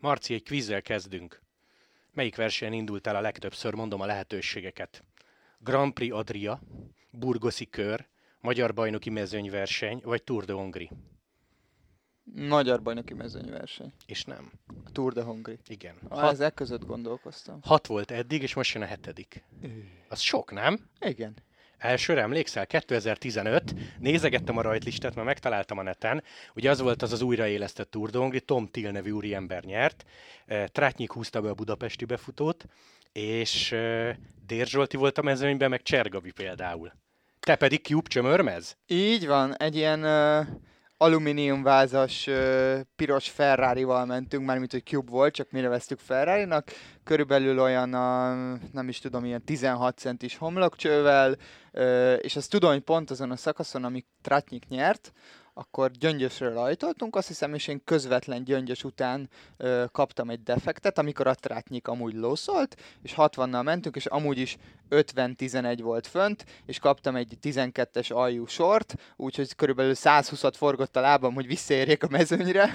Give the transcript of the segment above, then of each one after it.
Marci, egy kvízzel kezdünk. Melyik versenyen indultál a legtöbbször, mondom a lehetőségeket. Grand Prix Adria, Burgoszi kör, Magyar bajnoki mezőnyverseny, vagy Tour de Hongrie? Magyar bajnoki mezőnyverseny. És nem. A Tour de Hongrie. Igen. Ezek között gondolkoztam. 6 volt eddig, és most jön a 7. Az sok, nem? Igen. Elsőre emlékszel? 2015. Nézegettem a rajtlistát, mert megtaláltam a neten. Ugye az volt az újraélesztett Tour de Hongrie, Tom Till nevű úriember nyert. Trátnyik húzta be a budapesti befutót, és Dér Zsolti volt a mezőnyben, meg Csergavi például. Te pedig Cube csömörmez? Így van, egy ilyen alumíniumvázas piros Ferrari-val mentünk, mármint hogy Cube volt, csak mi neveztük Ferrari-nak. Körülbelül olyan, nem is tudom, ilyen 16 centis homlokcsővel, és azt tudom, hogy pont azon a szakaszon, amik Tratnyik nyert, akkor Gyöngyösről rajtoltunk, azt hiszem, és én közvetlen Gyöngyös után kaptam egy defektet, amikor a Tratnyik amúgy lószolt, és 60-nal mentünk, és amúgy is 50-11 volt fönt, és kaptam egy 12-es aljú sort, úgyhogy körülbelül 120-at forgott a lábam, hogy visszaérjek a mezőnyre.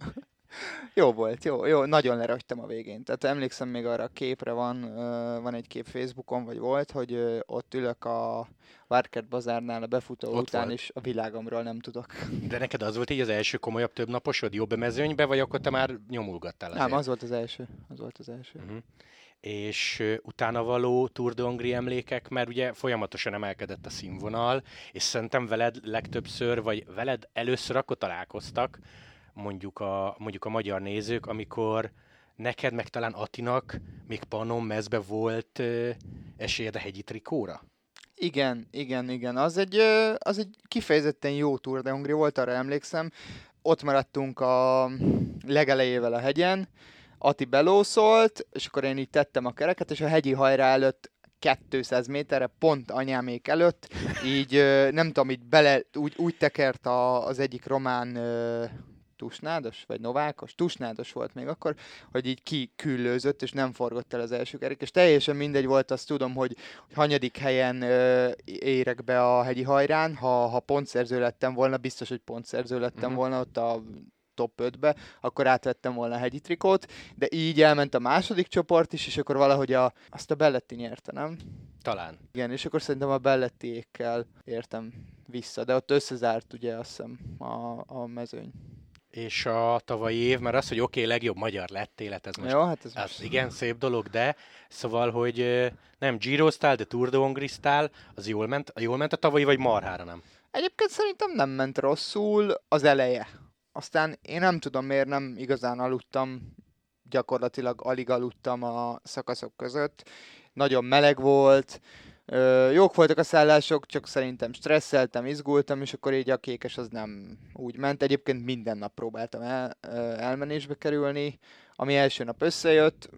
Jó volt, jó, nagyon leragytam a végén. Tehát emlékszem még arra a képre, van egy kép Facebookon, vagy volt, hogy ott ülök a Várkert bazárnál a befutó Ott után, volt. és a világomról nem tudok. De neked az volt így az első komolyabb többnaposod jobb mezőnybe, vagy akkor te már nyomulgattál azért? Nem, az volt az első. Uh-huh. És utána való Tour de Hongrie emlékek, mert ugye folyamatosan emelkedett a színvonal, és szerintem veled legtöbbször, vagy veled először akkor találkoztak, mondjuk a magyar nézők, amikor neked, meg talán Attinak még Pannon mezbe volt esélyed a hegyi trikóra? Igen. Az egy kifejezetten jó Tour de Hongrie volt, arra emlékszem. Ott maradtunk a legelejével a hegyen, Ati belószolt, és akkor én így tettem a kereket, és a hegyi hajrá előtt 200 méterre, pont anyámék előtt, így nem tudom, így úgy tekert az egyik román Tusnádos, vagy Novákos? Tusnádos volt még akkor, hogy így kiküllőzött, és nem forgott el az első kerék, és teljesen mindegy volt, azt tudom, hogy hanyadik helyen érek be a hegyi hajrán, ha pontszerző lettem volna, biztos, hogy pontszerző lettem volna ott a top 5-be, akkor átvettem volna a hegyi trikót, de így elment a második csoport is, és akkor valahogy azt a Belletti nyerte, nem? Talán. Igen, és akkor szerintem a Bellettiékkel értem vissza, de ott összezárt ugye azt hiszem a mezőny. És a tavalyi év, mert az, hogy oké, legjobb magyar lettél, hát ez most... Jó, hát ez az most... igen, szép dolog, de szóval, hogy nem Giroztál, de Tour de Hongrie-ztál, az jól ment a tavalyi, vagy marhára nem? Egyébként szerintem nem ment rosszul az eleje. Aztán én nem tudom, miért nem igazán aludtam, gyakorlatilag alig aludtam a szakaszok között. Nagyon meleg volt, jók voltak a szállások, csak szerintem stresszeltem, izgultam, és akkor így a kékes az nem úgy ment. Egyébként minden nap próbáltam elmenésbe kerülni, ami első nap összejött.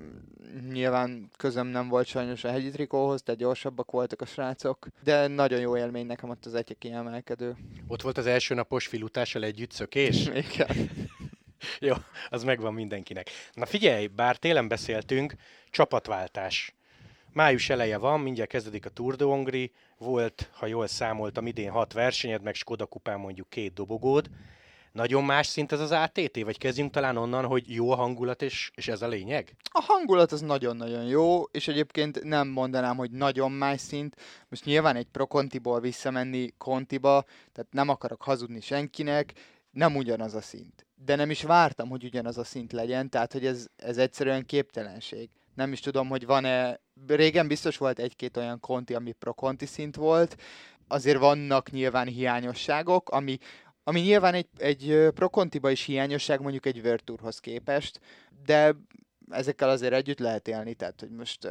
Nyilván közöm nem volt sajnos a hegyi trikóhoz, tehát gyorsabbak voltak a srácok, de nagyon jó élmény nekem ott az Etye kiemelkedő. Ott volt az első napos filutással együtt szökés? Igen. Jó, az megvan mindenkinek. Na figyelj, bár télen beszéltünk, csapatváltás. Május eleje van, mindjárt kezdődik a Tour de Hongrie, volt, ha jól számoltam, idén 6 versenyed, meg Skoda kupán mondjuk 2 dobogód. Nagyon más szint ez az ATT, vagy kezdjünk talán onnan, hogy jó a hangulat, és ez a lényeg? A hangulat az nagyon-nagyon jó, és egyébként nem mondanám, hogy nagyon más szint. Most nyilván egy Pro Contiból visszamenni Contiba, tehát nem akarok hazudni senkinek, nem ugyanaz a szint. De nem is vártam, hogy ugyanaz a szint legyen, tehát hogy ez egyszerűen képtelenség. Nem is tudom, hogy van-e, régen biztos volt egy-két olyan Conti, ami Pro Conti szint volt, azért vannak nyilván hiányosságok, ami nyilván egy Pro Contiba is hiányosság mondjuk egy World Tourhoz képest, de ezekkel azért együtt lehet élni, tehát hogy most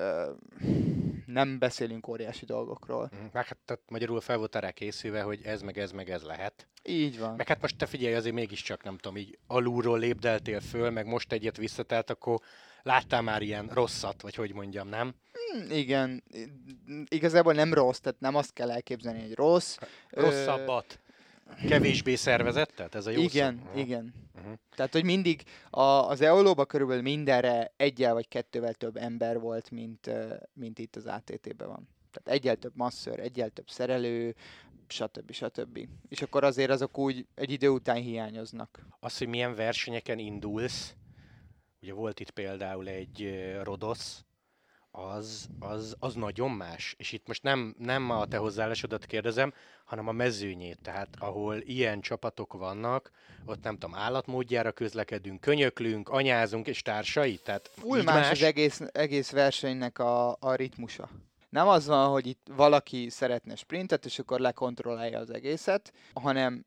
nem beszélünk óriási dolgokról. Hát tehát magyarul fel voltál rá készülve, hogy ez meg ez lehet. Így van. Meg hát most te figyelj, azért mégiscsak nem tudom, így alulról lépdeltél föl, meg most egyet visszatelt, akkor láttál már ilyen rosszat, vagy hogy mondjam, nem? Igen, igazából nem rossz, tehát nem azt kell elképzelni, hogy rossz. Rosszabbat. Kevésbé szervezett, tehát ez a jó Igen, szó. igen. Tehát, hogy mindig az EOLO-ba körülbelül mindenre egyel vagy kettővel több ember volt, mint itt az ATT-ben van. Tehát egyel több masször, egyel több szerelő, stb. És akkor azért azok úgy egy idő után hiányoznak. Az, hogy milyen versenyeken indulsz, Ugye volt itt például egy Rodosz, az nagyon más. És itt most nem a te hozzáállásodat kérdezem, hanem a mezőnyét. Tehát ahol ilyen csapatok vannak, ott nem tudom, állatmódjára közlekedünk, könyöklünk, anyázunk és társai. Tehát Full így más az egész versenynek a ritmusa. Nem az van, hogy itt valaki szeretne sprintet, és akkor lekontrollálja az egészet, hanem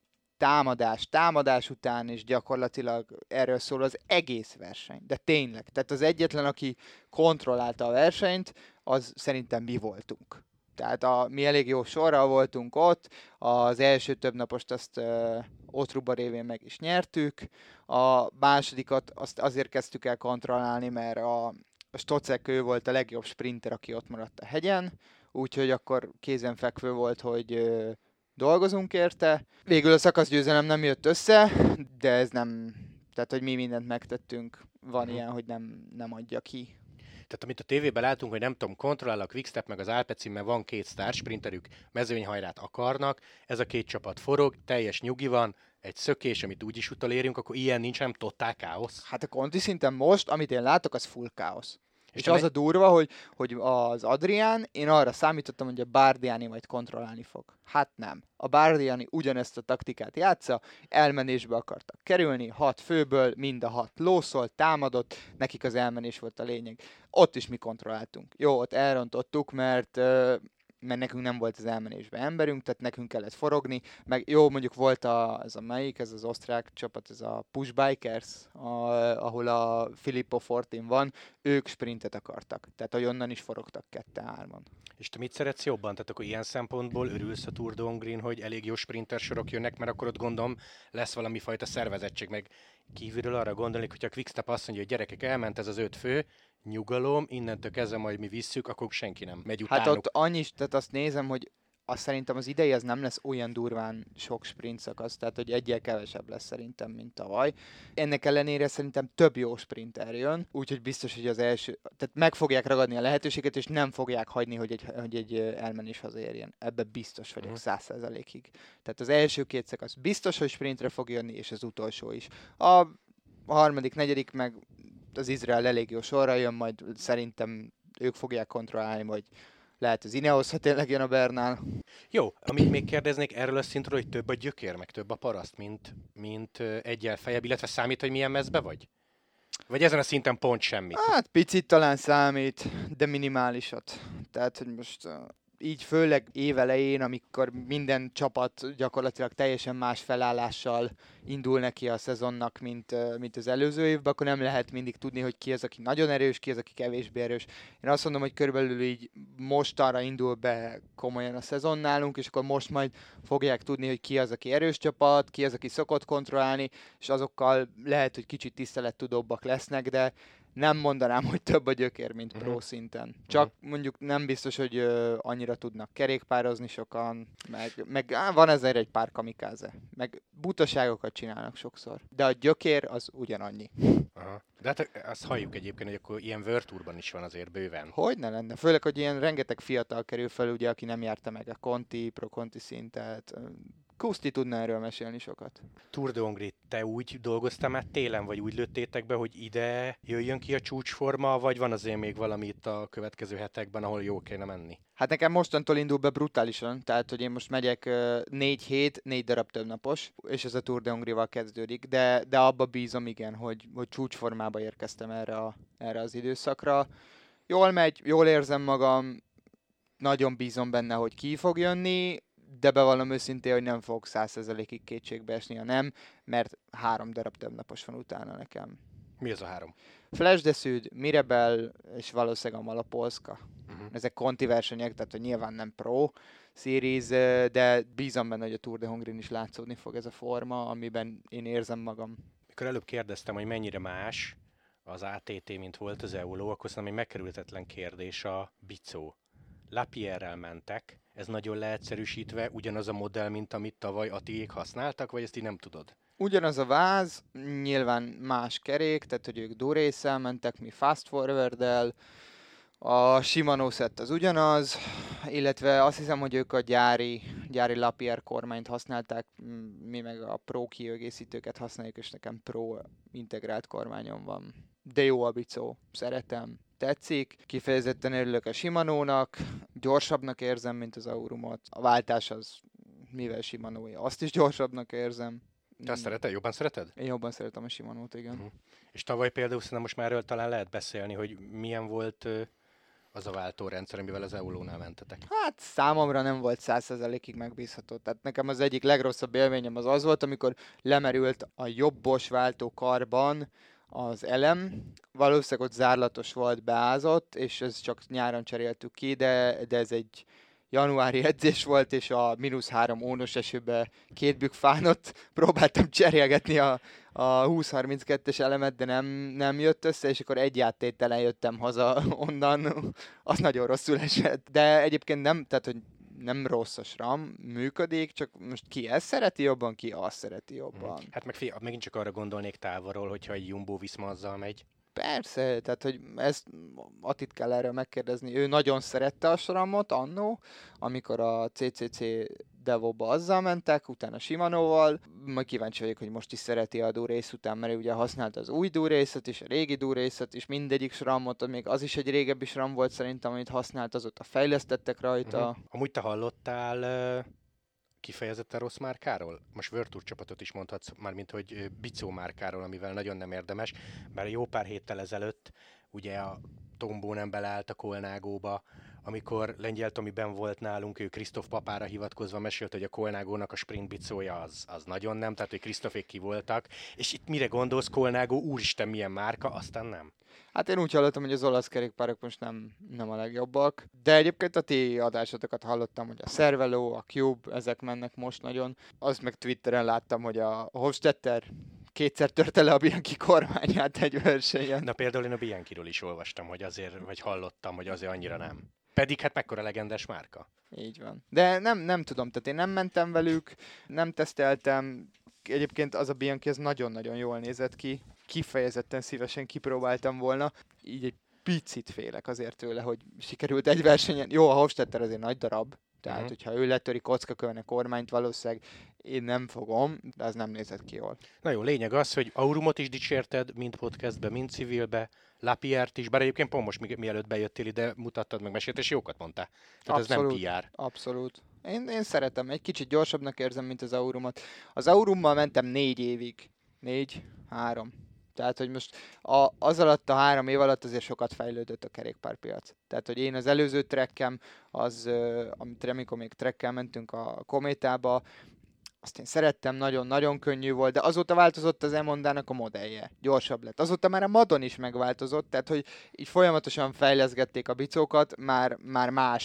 támadás után, és gyakorlatilag erről szól az egész verseny. De tényleg. Tehát az egyetlen, aki kontrollálta a versenyt, az szerintem mi voltunk. Tehát mi elég jó sorral voltunk ott, az első többnapost azt Otruba révén meg is nyertük, a másodikat azt azért kezdtük el kontrollálni, mert a Stocek ő volt a legjobb sprinter, aki ott maradt a hegyen, úgyhogy akkor kézenfekvő volt, hogy dolgozunk érte. Végül a szakaszgyőzelem nem jött össze, de ez nem... Tehát, hogy mi mindent megtettünk, van ilyen, hogy nem adja ki. Tehát amit a tévében látunk, hogy nem tudom, kontroll a Quickstep meg az Alpecin, mert van két sztársprinterük, mezőnyhajrát akarnak, ez a két csapat forog, teljes nyugi van, egy szökés, amit úgyis utolérünk, akkor ilyen nincs, nem totál káosz. Hát a konti szinten most, amit én látok, az full káosz. És az a durva, hogy az Adrián, én arra számítottam, hogy a Bardiani majd kontrollálni fog. Hát nem. A Bardiani ugyanezt a taktikát játsza, elmenésbe akartak kerülni, 6 főből mind a 6 lószolt, támadott, nekik az elmenés volt a lényeg. Ott is mi kontrolláltunk. Jó, ott elrontottuk, mert nekünk nem volt az elmenésben emberünk, tehát nekünk kellett forogni, meg jó, mondjuk volt ez az osztrák csapat, ez a Push Bikers, ahol a Filippo Fortin van, ők sprintet akartak, tehát hogy onnan is forogtak 2-3-an. És te mit szeretsz jobban? Tehát akkor ilyen szempontból örülsz a Tour de Hongrin, hogy elég jó sprinter sorok jönnek, mert akkor ott gondolom lesz valami fajta szervezettség, meg kívülről arra gondolnék, hogy a Quickstep azt mondja, hogy gyerekek, elment ez az 5 fő, nyugalom, innentől kezdve majd mi visszük, akkor senki nem megy utánuk. Hát ott annyi, tehát azt nézem, hogy azt szerintem az idei az nem lesz olyan durván sok sprint szakasz, tehát hogy egyel kevesebb lesz szerintem, mint tavaly. Ennek ellenére szerintem több jó sprinter jön, úgyhogy biztos, hogy az első, tehát meg fogják ragadni a lehetőséget, és nem fogják hagyni, hogy egy elmenés hazaérjen. Ebbe biztos vagyok 100%-ig. Tehát az első két szakasz biztos, hogy sprintre fog jönni, és az utolsó is. A harmadik, negyedik meg az Izrael elég jó sorra jön, majd szerintem ők fogják kontrollálni, vagy lehet az Ineos, ha tényleg jön a Bernál. Jó, amit még kérdeznék erről a szintről, hogy több a gyökér, meg több a paraszt, mint egyel fejebb, illetve számít, hogy milyen mezbe vagy? Vagy ezen a szinten pont semmit? Hát picit talán számít, de minimálisat. Tehát, hogy most így főleg évelején, amikor minden csapat gyakorlatilag teljesen más felállással indul neki a szezonnak, mint az előző évben, akkor nem lehet mindig tudni, hogy ki az, aki nagyon erős, ki az, aki kevésbé erős. Én azt mondom, hogy körülbelül így mostanra indul be komolyan a szezon nálunk, és akkor most majd fogják tudni, hogy ki az, aki erős csapat, ki az, aki szokott kontrollálni, és azokkal lehet, hogy kicsit tisztelettudóbbak lesznek, de nem mondanám, hogy több a gyökér, mint pro szinten. Csak mondjuk nem biztos, hogy annyira tudnak kerékpározni sokan, meg van ezért egy pár kamikáze. Meg butaságokat csinálnak sokszor. De a gyökér az ugyanannyi. Aha. De hát azt halljuk egyébként, hogy akkor ilyen World Tourban is van azért bőven. Hogy ne lenne? Főleg, hogy ilyen rengeteg fiatal kerül fel, ugye, aki nem járta meg a Pro Conti szintet. Kuszti tudna erről mesélni sokat. Tour de Hongrie, te úgy dolgoztál már télen, vagy úgy lőttétek be, hogy ide jöjjön ki a csúcsforma, vagy van azért még valami itt a következő hetekben, ahol jó kéne menni? Hát nekem mostantól indul be brutálisan, tehát hogy én most megyek 4 hét, 4 darab többnapos, és ez a Tour de Hongrie-val kezdődik, de abba bízom igen, hogy csúcsformába érkeztem erre az időszakra. Jól megy, jól érzem magam, nagyon bízom benne, hogy ki fog jönni, de bevallom őszintén, hogy nem fogok 100%-ig kétségbe esni, ha nem, mert 3 darab többnapos van utána nekem. Mi az a 3? Flash de Sud, Mirabel és valószínűleg a Malopolska. Ezek konti versenyek, tehát hogy nyilván nem pro series, de bízom benne, hogy a Tour de Hongrin is látszódni fog ez a forma, amiben én érzem magam. Mikor előbb kérdeztem, hogy mennyire más az ATT, mint volt az EULO, akkor szerintem egy megkerülhetetlen kérdés a Bicó. Lapierrel mentek, ez nagyon leegyszerűsítve ugyanaz a modell, mint amit tavaly Attiék használtak, vagy ezt így nem tudod? Ugyanaz a váz, nyilván más kerék, tehát hogy ők Durésszel mentek, mi Fast Forward-del, a Shimano set az ugyanaz, illetve azt hiszem, hogy ők a gyári Lapierre kormányt használták, mi meg a Pro kiegészítőket használjuk, és nekem Pro integrált kormányom van. de jó a bicó. Szeretem. Tetszik. Kifejezetten örülök a Shimanónak. Gyorsabbnak érzem, mint az Aurumot. A váltás az, mivel Shimanói, azt is gyorsabbnak érzem. Te azt szereted? Jobban szereted? Én jobban szeretem a Shimanót, igen. Uh-huh. És tavaly például szerintem most már erről talán lehet beszélni, hogy milyen volt az a váltórendszer, amivel az Eulónál mentetek. Hát számomra nem volt 100%-ig megbízható. Tehát nekem az egyik legrosszabb élményem az volt, amikor lemerült a jobbos váltókarban az elem. Valószínűleg ott zárlatos volt, beázott, és ez csak nyáron cseréltük ki, de ez egy januári edzés volt, és a -3 ónos esőbe 2 bükfánot próbáltam cserélgetni a 20-32-es elemet, de nem jött össze, és akkor egy áttételen jöttem haza onnan, az nagyon rosszul esett. De egyébként nem, tehát hogy nem rossz a SRAM, működik, csak most ki ezt szereti jobban, ki azt szereti jobban. Hát meg megint csak arra gondolnék távolról, hogyha egy Jumbo Viszma azzal megy. Persze, tehát hogy ezt Atit kell erről megkérdezni. Ő nagyon szerette a SRAM-ot annó, amikor a CCC Devóba azzal mentek, utána Shimanóval. Majd kíváncsi vagyok, hogy most is szereti a durész után, mert ő ugye használta az új durészet is, a régi durészet is, mindegyik SRAM-ot, még az is egy régebbi SRAM volt szerintem, amit használt, azóta fejlesztettek rajta. Uh-huh. Amúgy te hallottál kifejezetten rossz márkáról? Most World Tour csapatot is mondhatsz, mármint hogy Bicó márkáról, amivel nagyon nem érdemes, mert jó pár héttel ezelőtt ugye a Tombó nem beleállt a Colnagóba, amikor Lengyel Tomiben volt nálunk, ő Krisztof papára hivatkozva mesélt, hogy a Colnagónak a sprint bicója az nagyon nem, tehát hogy Krisztofék ki voltak, és itt mire gondolsz, Colnago, úristen milyen márka, aztán nem. Hát én úgy hallottam, hogy az olasz kerékpárok most nem a legjobbak, de egyébként a ti adásotokat hallottam, hogy a Cervelo, a Cube, ezek mennek most nagyon. Azt meg Twitteren láttam, hogy a Hofstetter kétszer törte le a Bianchi kormányát egy versenyen. Na például én a Bianchiról is olvastam, hogy azért, vagy hallottam, hogy azért annyira nem. Pedig hát mekkora legendás márka. Így van. De nem tudom, tehát én nem mentem velük, nem teszteltem. Egyébként az a Bianchi az nagyon-nagyon jól nézett ki. Kifejezetten szívesen kipróbáltam volna. Így egy picit félek azért tőle, hogy sikerült egy versenyen. Jó, a Hofstetter azért nagy darab. Tehát, hogyha ő letöri kockakövön a kormányt, valószínűleg én nem fogom, de az nem nézett ki jól. Na jó, lényeg az, hogy Aurumot is dicsérted, mind podcastbe, mind civilbe, Lapierre-t is, bár egyébként pont most mielőtt bejöttél ide, mutattad meg mesét, és jókat mondtál. Tehát abszolút, ez nem PR. Abszolút. Én szeretem, egy kicsit gyorsabbnak érzem, mint az Aurumot. Az Aurummal mentem 4 évig. 3. Tehát, hogy most az alatt a 3 év alatt azért sokat fejlődött a kerékpárpiac. Tehát, hogy én az előző trekkem, amikor még trekkel mentünk a Kométába, azt én szerettem, nagyon-nagyon könnyű volt, de azóta változott az E-Mondának a modellje. Gyorsabb lett. Azóta már a Madon is megváltozott, tehát hogy így folyamatosan fejleszgették a bicókat, már más,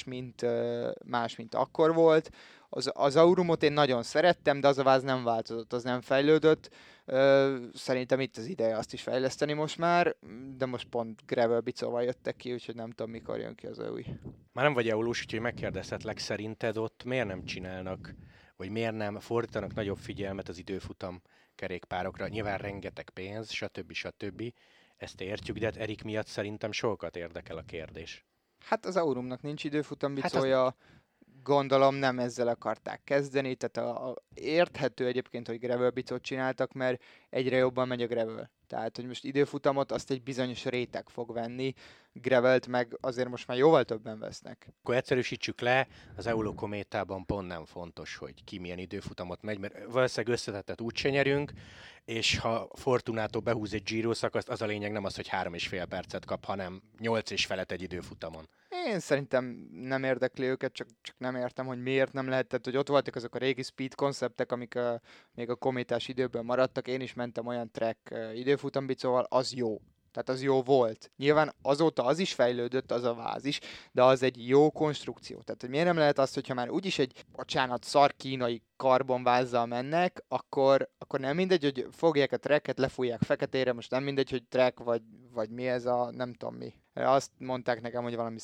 mint akkor volt. Az Aurumot én nagyon szerettem, de az a váz nem változott, az nem fejlődött. Szerintem itt az ideje azt is fejleszteni most már, de most pont gravel bicóval jöttek ki, úgyhogy nem tudom, mikor jön ki az új. Már nem vagy eulós, úgyhogy megkérdezhetlek, szerinted ott miért nem csinálnak, vagy miért nem fordítanak nagyobb figyelmet az időfutam kerékpárokra? Nyilván rengeteg pénz, stb. Ezt értjük, de hát Erik miatt szerintem sokat érdekel a kérdés. Hát az Aurumnak nincs időfutam bicója, gondolom nem ezzel akarták kezdeni, tehát érthető egyébként, hogy gravel bicót csináltak, mert egyre jobban megy a gravel. Tehát, hogy most időfutamot azt egy bizonyos réteg fog venni, gravelt meg azért most már jóval többen vesznek. Akkor egyszerűsítsük le, az Euló Kométában pont nem fontos, hogy ki milyen időfutamot megy, mert valószínűleg összetettet úgyse nyerünk, és ha Fortunato behúz egy Giro szakaszt, az a lényeg nem az, hogy 3,5 percet kap, hanem 8 és felet egy időfutamon. Én szerintem nem érdekli őket, csak nem értem, hogy miért nem lehet. Tehát, hogy ott voltak azok a régi speed konceptek, amik még a kométás időben maradtak. Én is mentem olyan track időfutambicóval, az jó. Tehát az jó volt. Nyilván azóta az is fejlődött, az a váz is, de az egy jó konstrukció. Tehát, hogy miért nem lehet az, hogyha már úgyis egy, szar kínai karbonvázzal mennek, akkor nem mindegy, hogy fogják a tracket, lefújják feketére, most nem mindegy, hogy track, vagy mi ez a, nem tudom mi. Azt mondták nekem, hogy valami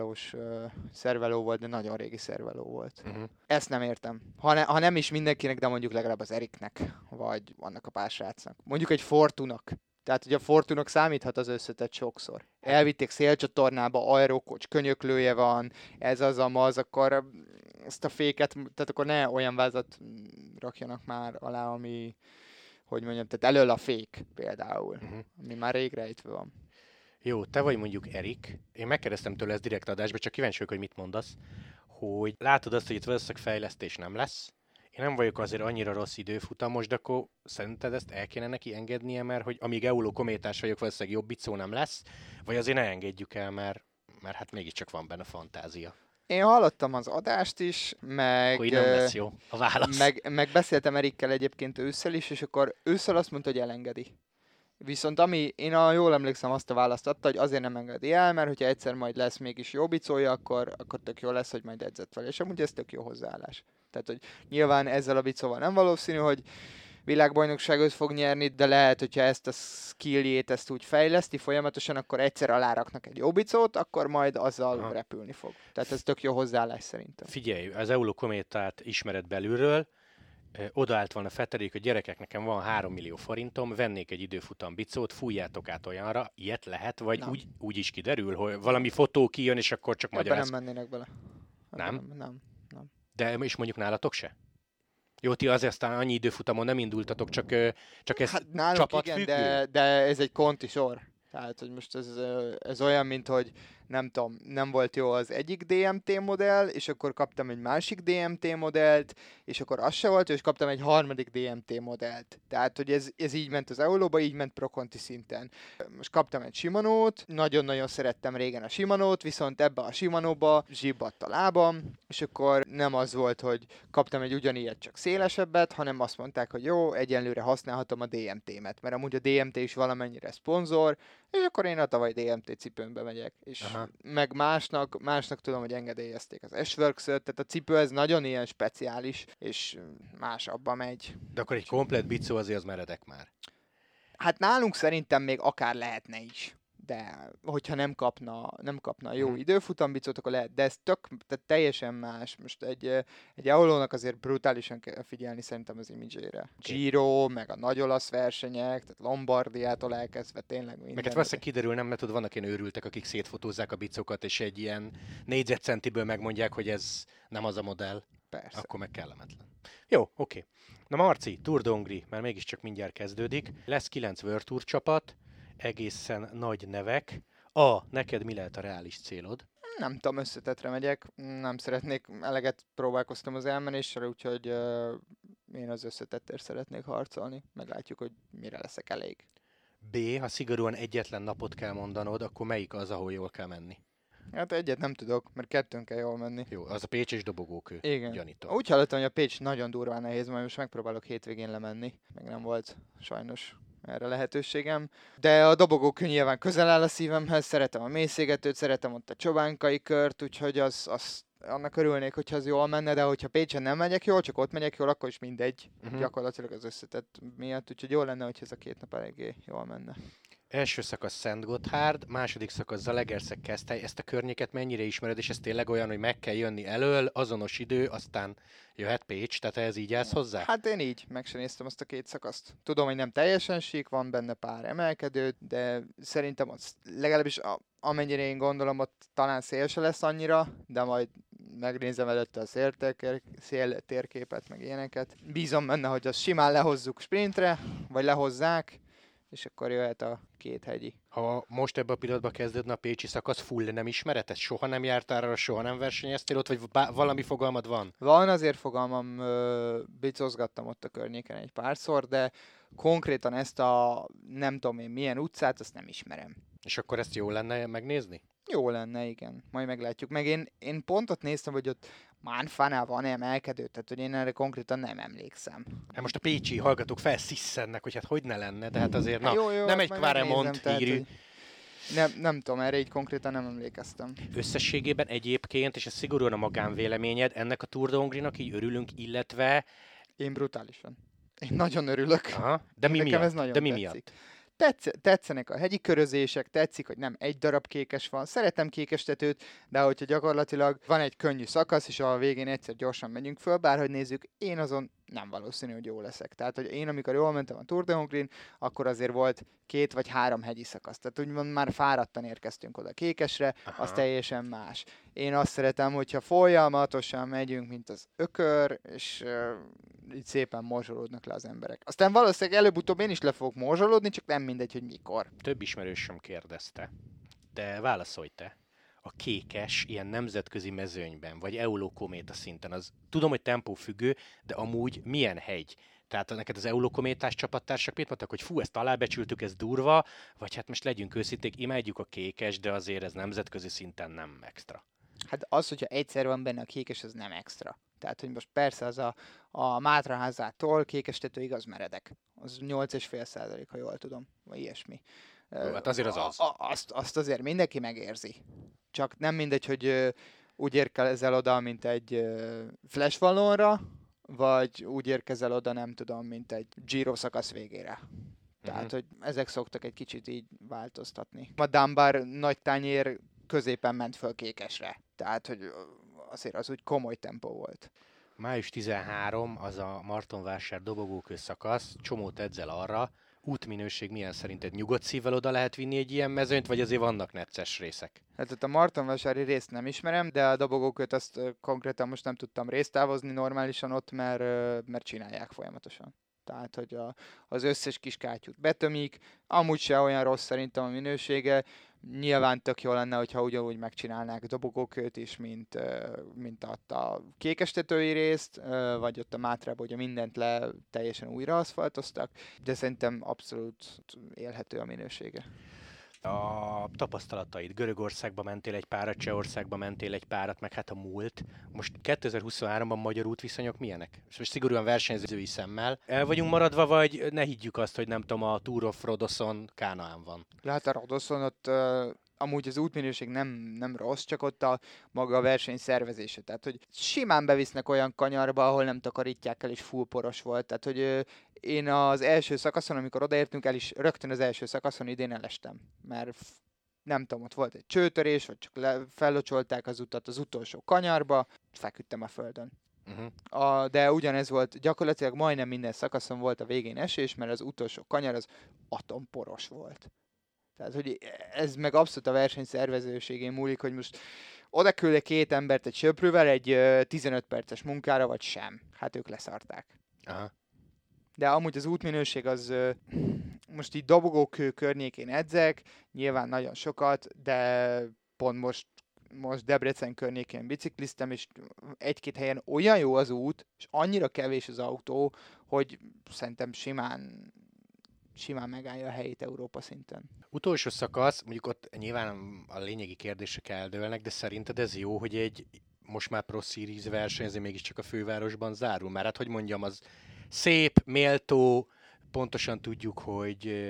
szerveló volt, de nagyon régi szerveló volt. Ezt nem értem. Ha nem is mindenkinek, de mondjuk legalább az Eriknek, vagy annak a pár srácnak. Mondjuk egy Fortunak. Tehát, hogy a Fortunok számíthat az összetett sokszor. Elvitték szélcsatornába, aerokocs, könyöklője van, ez az, akkor ezt a féket, tehát akkor ne olyan vázat rakjanak már alá, ami hogy mondjam, tehát elől a fék például, ami már rég rejtve van. Jó, te vagy mondjuk Erik. Én megkérdeztem tőle ezt direkt adásba, csak kíváncsi vagyok, hogy mit mondasz, hogy látod azt, hogy itt valószínűleg fejlesztés nem lesz. Én nem vagyok azért annyira rossz időfutamos, de akkor szerinted ezt el kéne neki engednie, mert hogy amíg Euló kométás vagyok, valószínűleg jobb bicó nem lesz, vagy azért ne engedjük el, mert hát mégiscsak van benne fantázia. Én hallottam az adást is, meg... Akkor így nem lesz jó a válasz. Meg beszéltem Erikkel egyébként ősszel is, és akkor ősszel azt mondta, hogy elengedi. Viszont én jól emlékszem, azt a választ adta, hogy azért nem engedi el, mert hogyha egyszer majd lesz mégis jó bicója, akkor tök jó lesz, hogy majd edzett vele. És amúgy ez tök jó hozzáállás. Tehát, hogy nyilván ezzel a bicóval nem valószínű, hogy világbajnokságot fog nyerni, de lehet, hogyha ezt a skilljét ezt úgy fejleszti folyamatosan, akkor egyszer aláraknak egy jó bicót, akkor majd azzal repülni fog. Tehát ez tök jó hozzáállás szerintem. Figyelj, az Euló kométát ismered belülről, odaállt volna Fetterik, hogy gyerekek, nekem van 3 millió forintom, vennék egy időfutam bicót, fújjátok át olyanra, ilyet lehet, vagy úgy is kiderül, hogy valami fotó kijön, és akkor csak magyaráz. Nem mennének bele. Nem? De és mondjuk nálatok se? Jó, ti azért aztán annyi időfutamon nem indultatok, csak ez hát csapatfüggő? Igen, de ez egy konti sor. Tehát, hogy most ez olyan, mint hogy nem tudom, nem volt jó az egyik DMT modell, és akkor kaptam egy másik DMT modellt, és akkor az se volt, és kaptam egy harmadik DMT modellt. Tehát, hogy ez így ment az Eulóba, így ment pro-konti szinten. Most kaptam egy Shimanót, nagyon-nagyon szerettem régen a Shimanót, viszont ebbe a Shimanóba zsibbadt a lábam, és akkor nem az volt, hogy kaptam egy ugyanilyet, csak szélesebbet, hanem azt mondták, hogy jó, egyenlőre használhatom a DMT-met, mert amúgy a DMT is valamennyire szponzor, és akkor én a tavaly DMT cipőmbe megyek. És meg másnak tudom, hogy engedélyezték az S-Works-öt, tehát a cipő ez nagyon ilyen speciális, és más abba megy. De akkor egy komplett bicó azért az meredek már. Hát nálunk szerintem még akár lehetne is. De hogyha nem kapna jó időfutambicót, akkor lehet. De ez tehát teljesen más. Most egy Eulónak azért brutálisan kell figyelni szerintem az imidzsére. Giro, meg a nagy olasz versenyek, tehát Lombardiától elkezdve tényleg minden. Meg hát valószínűleg kiderül, nem, mert tudod, vannak ilyen őrültek, akik szétfotózzák a bicókat, és egy ilyen négyzetcentiből megmondják, hogy ez nem az a modell. Persze. Akkor meg kellemetlen. Jó, oké. Na Marci, Tour de Hongrie, mert mégiscsak mindjárt kezdődik. Lesz 9 World Tour csapat, egészen nagy nevek. Neked mi lehet a reális célod? Nem tudom, összetetre megyek. Nem szeretnék, eleget próbálkoztam az elmenéssel, úgyhogy én az összetettért szeretnék harcolni. Meglátjuk, hogy mire leszek elég. B, ha szigorúan egyetlen napot kell mondanod, akkor melyik az, ahol jól kell menni? Hát egyet nem tudok, mert kettőn kell jól menni. Jó, az a Pécs és Dobogókő. Igen. Gyanítom. Úgy hallottam, hogy a Pécs nagyon durván nehéz, majd most megpróbálok hétvégén lemenni. Meg nem volt sajnos erre lehetőségem. De a Dobogókő nyilván közel áll a szívemhez, szeretem a mélyszégetőt, szeretem ott a Csobánkai kört, úgyhogy annak örülnék, hogyha az jól menne, de hogyha Pécsen nem megyek jól, csak ott megyek jól, akkor is mindegy. Gyakorlatilag az összetett miatt, úgyhogy jól lenne, hogyha ez a 2 nap eléggé jól menne. Első szakasz Szentgotthárd, második szakasz Zalaegerszeg-Keszthely. Ezt a környéket mennyire ismered, és ez tényleg olyan, hogy meg kell jönni elől, azonos idő, aztán jöhet Pécs, tehát ez így állsz hozzá? Hát én így, meg sem néztem azt a 2 szakaszt. Tudom, hogy nem teljesen sík, van benne pár emelkedő, de szerintem az legalábbis amennyire én gondolom, ott talán szél se lesz annyira, de majd megnézem előtte a széltérképet, meg ilyeneket. Bízom benne, hogy azt simán lehozzuk sprintre, vagy lehozzák, és akkor jöhet a 2 hegyi. Ha most ebben a pillanatban kezdődne a pécsi szakasz, full nem ismereted? Soha nem jártál arra, soha nem versenyeztél ott, vagy valami fogalmad van? Van azért fogalmam, bicozgattam ott a környéken egy párszor, de konkrétan ezt a nem tudom én milyen utcát, azt nem ismerem. És akkor ezt jó lenne megnézni? Jó lenne, igen. Majd meglátjuk. Meg én pontot néztem, hogy ott Mánfánál van emelkedő, tehát hogy én erre konkrétan nem emlékszem. Hát most a pécsi hallgatók felszisztennek, hogy hát hogy ne lenne, de hát azért jó, nem egy Quaremont hírű. Nem tudom, erre így konkrétan nem emlékeztem. Összességében egyébként, és ez szigorúan a magánvéleményed, ennek a Tour de Hongrie-nak így örülünk, illetve... Én brutálisan. Én nagyon örülök. Aha. De mi miatt? De mi miatt? Tetszenek a hegyi körözések, tetszik, hogy nem egy darab kékes van. Szeretem kékestetőt, de hogyha gyakorlatilag van egy könnyű szakasz, és a végén egyszer gyorsan megyünk föl, bárhogy nézzük, én azon nem valószínű, hogy jó leszek. Tehát, hogy én amikor jól mentem a Tour de Hongrin, akkor azért volt 2 vagy 3 hegyi szakasz. Tehát úgymond már fáradtan érkeztünk oda Kékesre, az teljesen más. Én azt szeretem, hogyha folyamatosan megyünk, mint az ökör, és így szépen morzsolódnak le az emberek. Aztán valószínűleg előbb-utóbb én is le fogok morzsolódni, csak nem mindegy, hogy mikor. Több ismerősöm kérdezte, de válaszolj te. A Kékes ilyen nemzetközi mezőnyben, vagy Euló-kométa szinten, az tudom, hogy tempófüggő, de amúgy milyen hegy? Tehát neked az Euló-kométás csapattársak mit mondtak, hogy fú, ezt alábecsültük, ez durva, vagy hát most legyünk őszinték, imádjuk a Kékes, de azért ez nemzetközi szinten nem extra. Hát az, hogyha egyszer van benne a Kékes, az nem extra. Tehát, hogy most persze az a Mátraházától Kékestetőig az meredek. Az 8,5%, ha jól tudom, vagy ilyesmi. Jó, hát azért az. Azt azért mindenki megérzi. Csak nem mindegy, hogy úgy érkezel oda, mint egy flash vallonra, vagy úgy érkezel oda, nem tudom, mint egy Giro szakasz végére. Tehát, hogy ezek szoktak egy kicsit így változtatni. A Dunbar nagy tányér középen ment föl Kékesre. Tehát, hogy azért az úgy komoly tempó volt. Május 13, az a Martonvásár dobogókő szakasz, csomót edzel arra, útminőség milyen szerinted? Nyugodt szívvel oda lehet vinni egy ilyen mezőnyt, vagy azért vannak necces részek? Hát ott a Martonvásári részt nem ismerem, de a dobogóköt azt konkrétan most nem tudtam résztávozni normálisan ott, mert csinálják folyamatosan. Tehát, hogy az összes kis kátyút betömik, amúgy se olyan rossz szerintem a minősége. Nyilván tök jó lenne, hogyha ugyanúgy megcsinálnák dobogóköt is, mint a Kékestetői részt, vagy ott a Mátrában ugye mindent teljesen újra aszfaltoztak, de szerintem abszolút élhető a minősége. A tapasztalataid, Görögországba mentél egy párat, Csehországba mentél egy párat, meg hát a múlt. Most 2023-ban magyar útviszonyok milyenek? És most szigorúan versenyzői szemmel. El vagyunk maradva, vagy ne higgyük azt, hogy nem tudom, a Tour of Rodoson Kánaán van? Lehet a Rodoson ott amúgy az útminőség nem rossz, csak ott maga a verseny szervezése. Tehát, hogy simán bevisznek olyan kanyarba, ahol nem takarítják el, és full poros volt. Tehát, hogy én az első szakaszon, amikor odaértünk el is, rögtön az első szakaszon idén elestem. Mert nem tudom, ott volt egy csőtörés, vagy csak fellocsolták az utat az utolsó kanyarba, feküdtem a földön. De ugyanez volt, gyakorlatilag majdnem minden szakaszon volt a végén esés, mert az utolsó kanyar az atomporos volt. Tehát, hogy ez meg abszolút a verseny szervezőségén múlik, hogy most oda küldek 2 embert egy söprűvel egy 15 perces munkára, vagy sem. Hát ők leszarták. Aha. De amúgy az útminőség az most így dobogókő környékén edzek, nyilván nagyon sokat, de pont most Debrecen környékén bicikliztem, és 1-2 helyen olyan jó az út, és annyira kevés az autó, hogy szerintem simán megállja a helyét Európa szinten. Utolsó szakasz, mondjuk ott nyilván a lényegi kérdések eldőlnek, de szerinted ez jó, hogy egy most már Pro Series versenyző mégiscsak a fővárosban zárul? Mert hát, hogy mondjam, az szép, méltó, pontosan tudjuk, hogy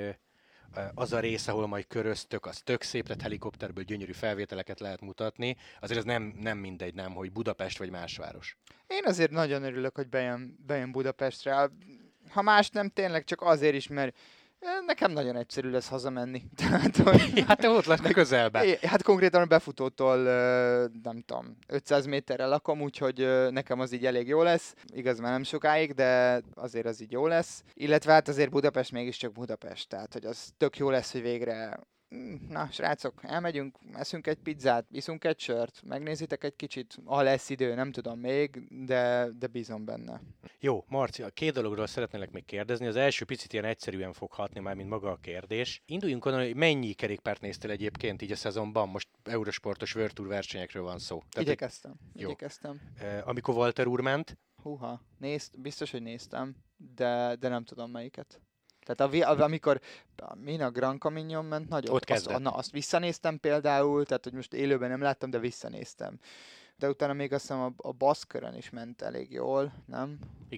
az a rész, ahol majd köröztök, az tök szép, tehát helikopterből gyönyörű felvételeket lehet mutatni. Azért ez nem mindegy, nem, hogy Budapest vagy más város. Én azért nagyon örülök, hogy bejön Budapestre. Ha más nem, tényleg csak azért is, mert nekem nagyon egyszerű lesz hazamenni. Tehát, hogy hát te ott laksz közelben. Hát konkrétan a befutótól, nem tudom, 500 méterre lakom, úgyhogy nekem az így elég jó lesz. Igaz, már nem sokáig, de azért az így jó lesz. Illetve hát azért Budapest mégiscsak Budapest. Tehát, hogy az tök jó lesz, hogy végre na, srácok, elmegyünk, eszünk egy pizzát, iszunk egy sört, megnézitek egy kicsit, ha lesz idő, nem tudom még, de bízom benne. Jó, Marci, a 2 dologról szeretnélek még kérdezni. Az első picit ilyen egyszerűen fog hatni már, mint maga a kérdés. Induljunk onnan, hogy mennyi kerékpárt néztél egyébként így a szezonban? Most Eurosportos World Tour versenyekről van szó. Igyekeztem. Amikor Walter úr ment? Húha, biztos, hogy néztem, de nem tudom melyiket. Tehát amikor a Grand Camignon ment, nagyon. Ott kezdett. Azt visszanéztem például, tehát hogy most élőben nem láttam, de visszanéztem. De utána még azt hiszem a Baszkörön is ment elég jól, nem?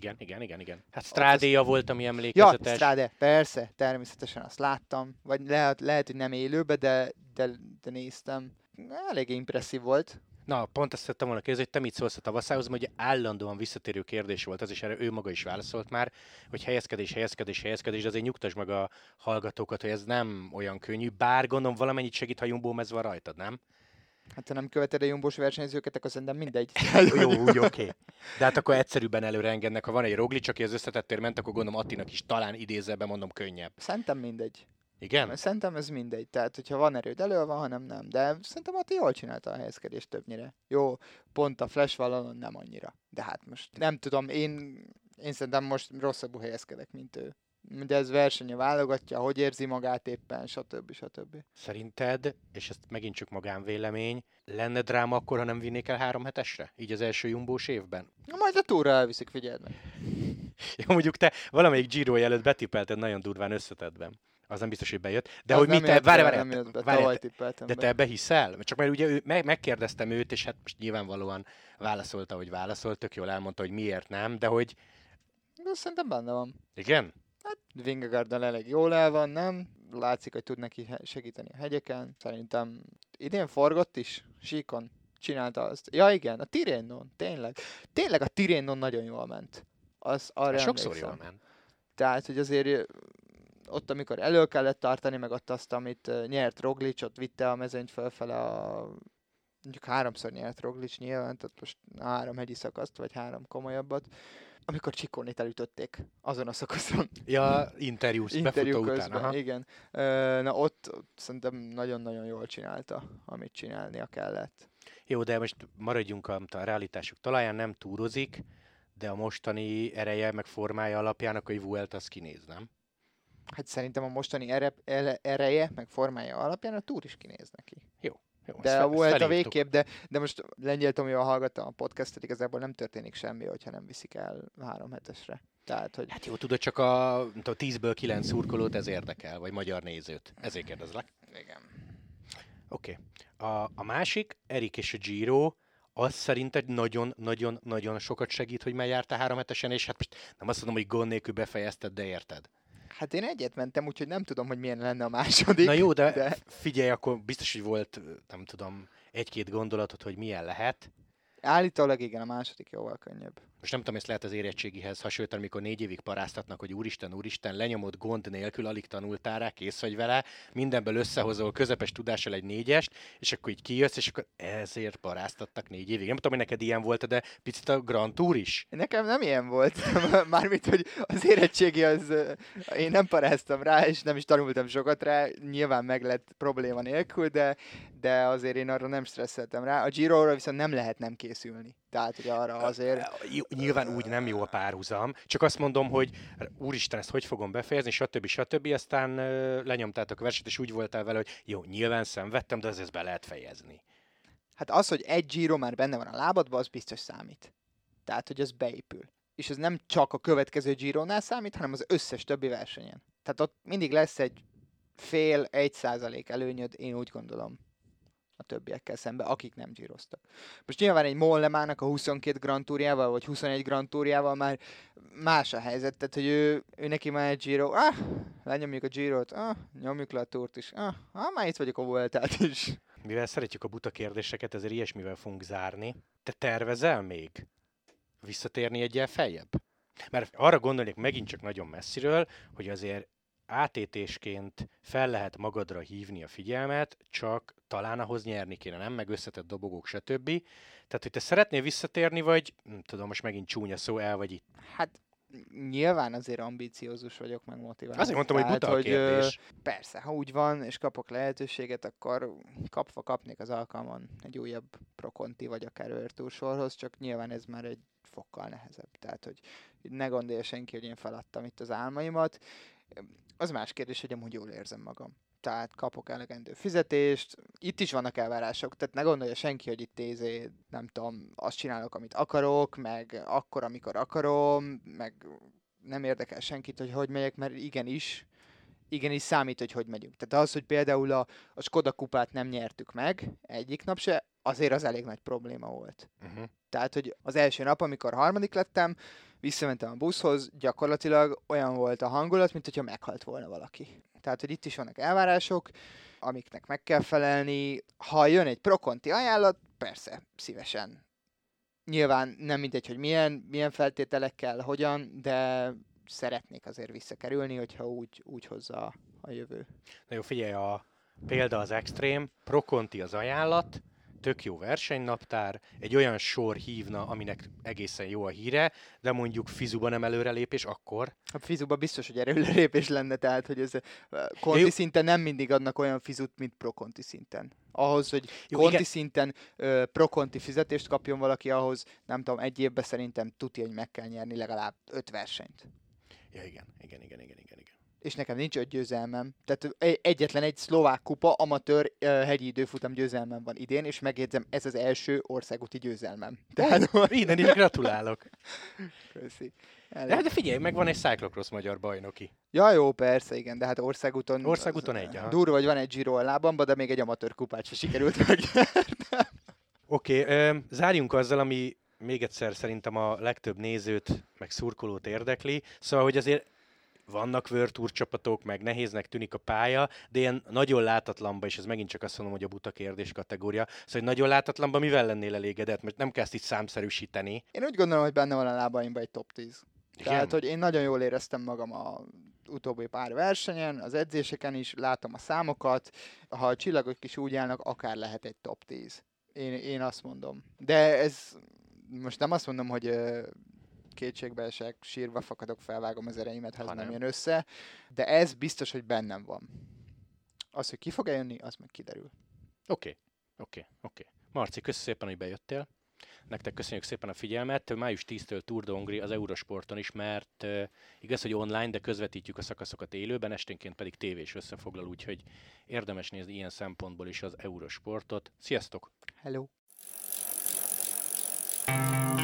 Igen. Hát Strádéja volt, ami emlékezetes. Ja, Stráde, persze, természetesen azt láttam. Vagy lehet hogy nem élőben, de néztem. Elég impresszív volt. Na, pont ezt tettem volna kérdezni, hogy te mit szólsz a tavaszához, mert ugye állandóan visszatérő kérdés volt az, és erre ő maga is válaszolt már, hogy helyezkedés, de azért nyugtasd meg a hallgatókat, hogy ez nem olyan könnyű, bár gondolom valamennyit segít, ha Jumbo mez van rajtad, nem? Hát ha nem követed a jumbós versenyzőket, akkor szerintem mindegy. Jó, úgy oké. De hát akkor egyszerűbben előre engednek. Ha van egy Roglic, aki az összetettért ment, akkor gondolom Attinak is talán idézőben mondom könnyebb. Szerintem mindegy. Igen? Szerintem ez mindegy. Tehát, hogyha van erőd, elő van, hanem nem. De szerintem Atti jól csinálta a helyezkedést többnyire. Jó, pont a Flash Wallon nem annyira. De hát most nem tudom, én szerintem most rosszabbul helyezkedek, mint ő. De ez versenye válogatja, hogy érzi magát éppen, stb. Szerinted, és ezt megint csak magánvélemény, lenne dráma akkor, ha nem vinnék el 3 hetesre? Így az első jumbós évben? Na, majd a túra elviszik, figyeld meg. Jó, mondjuk te valamelyik Giro előtt betippelted nagyon durván összetettben. Az nem biztos, hogy bejött. De Az hogy nem mit te... jött Várj, be, várj, nem jött be, várj, tavaly tippeltem de be. te ebbe hiszel? Csak mert ugye ő megkérdeztem őt, és hát most nyilvánvalóan válaszolta, hogy válaszolt, tök jól elmondta, hogy miért nem, de hogy... De szerintem benne van. Igen? Hát Vingegaarddal elég jól el van, nem? Látszik, hogy tud neki segíteni a hegyeken. Szerintem idén forgott is, síkon. Csinálta azt. Ja igen, a Tirrenon, tényleg. Tényleg a Tirrenon nagyon jól ment. Arra Sokszor emlékszem. jól ment. Tehát, hogy azért ott, amikor elő kellett tartani, meg ott azt, amit nyert Roglic, ott vitte a mezőnyt fölfele mondjuk 3-szor nyert Roglic nyilván, tehát most 3 hegyi szakaszt, vagy 3 komolyabbat, amikor Csikonit elütötték azon a szakaszon. Ja, interjú Interjú befutó közben, után. Aha. igen. Na ott szerintem nagyon-nagyon jól csinálta, amit csinálnia kellett. Jó, de most maradjunk a realitások talaján, nem túrozik, de a mostani ereje meg formája alapján akkor egy Vuelta az kinéz, nem? Hát szerintem a mostani ereje, meg formája alapján a túr is kinéz neki. Jó, De volt a felírtuk. végképp, de most Lengyel Tomival hallgattam a podcastet, igazából nem történik semmi, hogyha nem viszik el 3 hetesre. Tehát, hogy... Hát jó, tudod, csak a 10-ből 9 szurkolót ez érdekel, vagy magyar nézőt. Ezért kérdezlek. Igen. Oké. A másik, Erik és a Giro, az szerinted nagyon-nagyon-nagyon sokat segít, hogy jártál 3 hetesen, és hát most nem azt mondom, hogy gond nélkül befejezted, de érted. Hát én egyet mentem, úgyhogy nem tudom, hogy milyen lenne a második. Na jó, de figyelj, akkor biztos, hogy volt, nem tudom, 1-2 gondolatod, hogy milyen lehet. Állítólag igen, a második jóval könnyebb. Most nem tudom, ezt lehet az érettségihez hasonlítani, amikor 4 évig paráztatnak, hogy úristen, lenyomod gond nélkül, alig tanultál rá, kész vagy vele, mindenből összehozol közepes tudással egy 4-est, és akkor így kijössz, és akkor ezért paráztattak 4 évig. Nem tudom, hogy neked ilyen volt, de picit a Grand Tour is. Nekem nem ilyen volt. Mármint, hogy az érettségi az... Én nem paráztam rá, és nem is tanultam sokat rá. Nyilván meg lett probléma nélkül, de azért én arra nem stresszeltem rá. A Giro-ra viszont nem lehet nem készülni. Tehát, hogy arra azért... Nyilván úgy nem jó a párhuzam, csak azt mondom, hogy úristen, ezt hogy fogom befejezni, stb. Aztán lenyomtátok a verset, és úgy voltál vele, hogy jó, nyilván szenvedtem, de ezt be lehet fejezni. Hát az, hogy egy Giro már benne van a lábadban, az biztos számít. Tehát, hogy az beépül. És ez nem csak a következő Gironál számít, hanem az összes többi versenyen. Tehát ott mindig lesz egy 0,5-1% előnyöd, én úgy gondolom, a többiekkel szemben, akik nem gyíroztak. Most nyilván egy Mollemának a 22 Grand Tourjával, vagy 21 Grand Tourjával már más a helyzet, tehát hogy ő neki már egy Giro, lenyomjuk a Girot, nyomjuk le a Tourt is, már itt vagyok a Vueltát is. Mivel szeretjük a buta kérdéseket, ezért ilyesmivel fogunk zárni. Te tervezel még visszatérni egyel feljebb? Mert arra gondolnék megint csak nagyon messziről, hogy azért ATT-sként fel lehet magadra hívni a figyelmet, csak talán ahhoz nyerni kéne, nem? Meg összetett dobogók, stb. Tehát, hogy te szeretnél visszatérni, vagy, nem tudom, most megint csúnya szó, el vagy itt. Hát nyilván azért ambíciózus vagyok, meg motivált. Azért mondtam, hogy buta a kérdés. Persze, ha úgy van, és kapok lehetőséget, akkor kapnék az alkalmon egy újabb Pro-Conti, vagy akár World sorhoz, csak nyilván ez már egy fokkal nehezebb. Tehát, hogy ne gondolja senki, hogy én feladtam itt az álmaimat. Az más kérdés, hogy amúgy jól érzem magam. Tehát kapok elegendő fizetést, itt is vannak elvárások, tehát ne gondolja senki, hogy itt nem tudom, azt csinálok, amit akarok, meg akkor, amikor akarom, meg nem érdekel senkit, hogy megyek, mert igenis számít, hogy megyünk. Tehát az, hogy például a Skoda kupát nem nyertük meg egyik nap se, azért az elég nagy probléma volt. Tehát, hogy az első nap, amikor 3. lettem, visszamentem a buszhoz, gyakorlatilag olyan volt a hangulat, mint hogyha meghalt volna valaki. Tehát, hogy itt is vannak elvárások, amiknek meg kell felelni. Ha jön egy Pro-Conti ajánlat, persze, szívesen. Nyilván nem mindegy, hogy milyen feltételekkel, hogyan, de szeretnék azért visszakerülni, hogyha úgy hozza a jövő. Na jó, figyelj, a példa az extrém, Pro-Conti az ajánlat, tök jó versenynaptár, egy olyan sor hívna, aminek egészen jó a híre, de mondjuk fizuban nem előrelépés, akkor... A fizuban biztos, hogy előrelépés lenne, tehát hogy ez konti szinten nem mindig adnak olyan fizut, mint pro-konti szinten. Ahhoz, hogy konti szinten pro-konti fizetést kapjon valaki, ahhoz nem tudom, egy évben szerintem tuti, hogy meg kell nyerni legalább 5 versenyt. Ja, igen. És nekem nincs 5 győzelmem. Tehát egyetlen egy szlovák kupa, amatőr hegyi időfutam győzelmem van idén, és megjegyzem, ez az első országúti győzelmem. Tehát innen is gratulálok. Köszi. De figyelj, meg van egy cyclocross magyar bajnoki. Ja, jó, persze, igen, de hát országúton egy, aha. Durva, hogy van egy Giro a lábamban, de még egy amatőr kupát se sikerült megnyernem. Oké, zárjunk azzal, ami még egyszer szerintem a legtöbb nézőt, meg szurkolót érdekli. Szóval, hogy azért vannak World Tour csapatok, meg nehéznek tűnik a pálya, de ilyen nagyon látatlanba, és ez megint csak azt mondom, hogy a buta kérdés kategória, szóval hogy nagyon látatlanba mivel lennél elégedett, mert nem kell ezt így számszerűsíteni. Én úgy gondolom, hogy benne van a lábaimban egy top 10. Igen? Tehát, hogy én nagyon jól éreztem magam a utóbbi pár versenyen, az edzéseken is, látom a számokat, ha a csillagok is úgy állnak, akár lehet egy top 10. Én azt mondom. De ez most nem azt mondom, hogy kétségbe esek, sírva fakadok, felvágom az ereimet, ha ez nem jön össze, de ez biztos, hogy bennem van. Az, hogy ki fog eljönni, az meg kiderül. Oké. Marci, köszönöm szépen, hogy bejöttél. Nektek köszönjük szépen a figyelmet. Május 10-től Tour de Hongrie az Eurosporton is, mert igaz, hogy online, de közvetítjük a szakaszokat élőben, esténként pedig tévés összefoglaló, úgyhogy érdemes nézni ilyen szempontból is az Eurosportot. Sziasztok! Hello!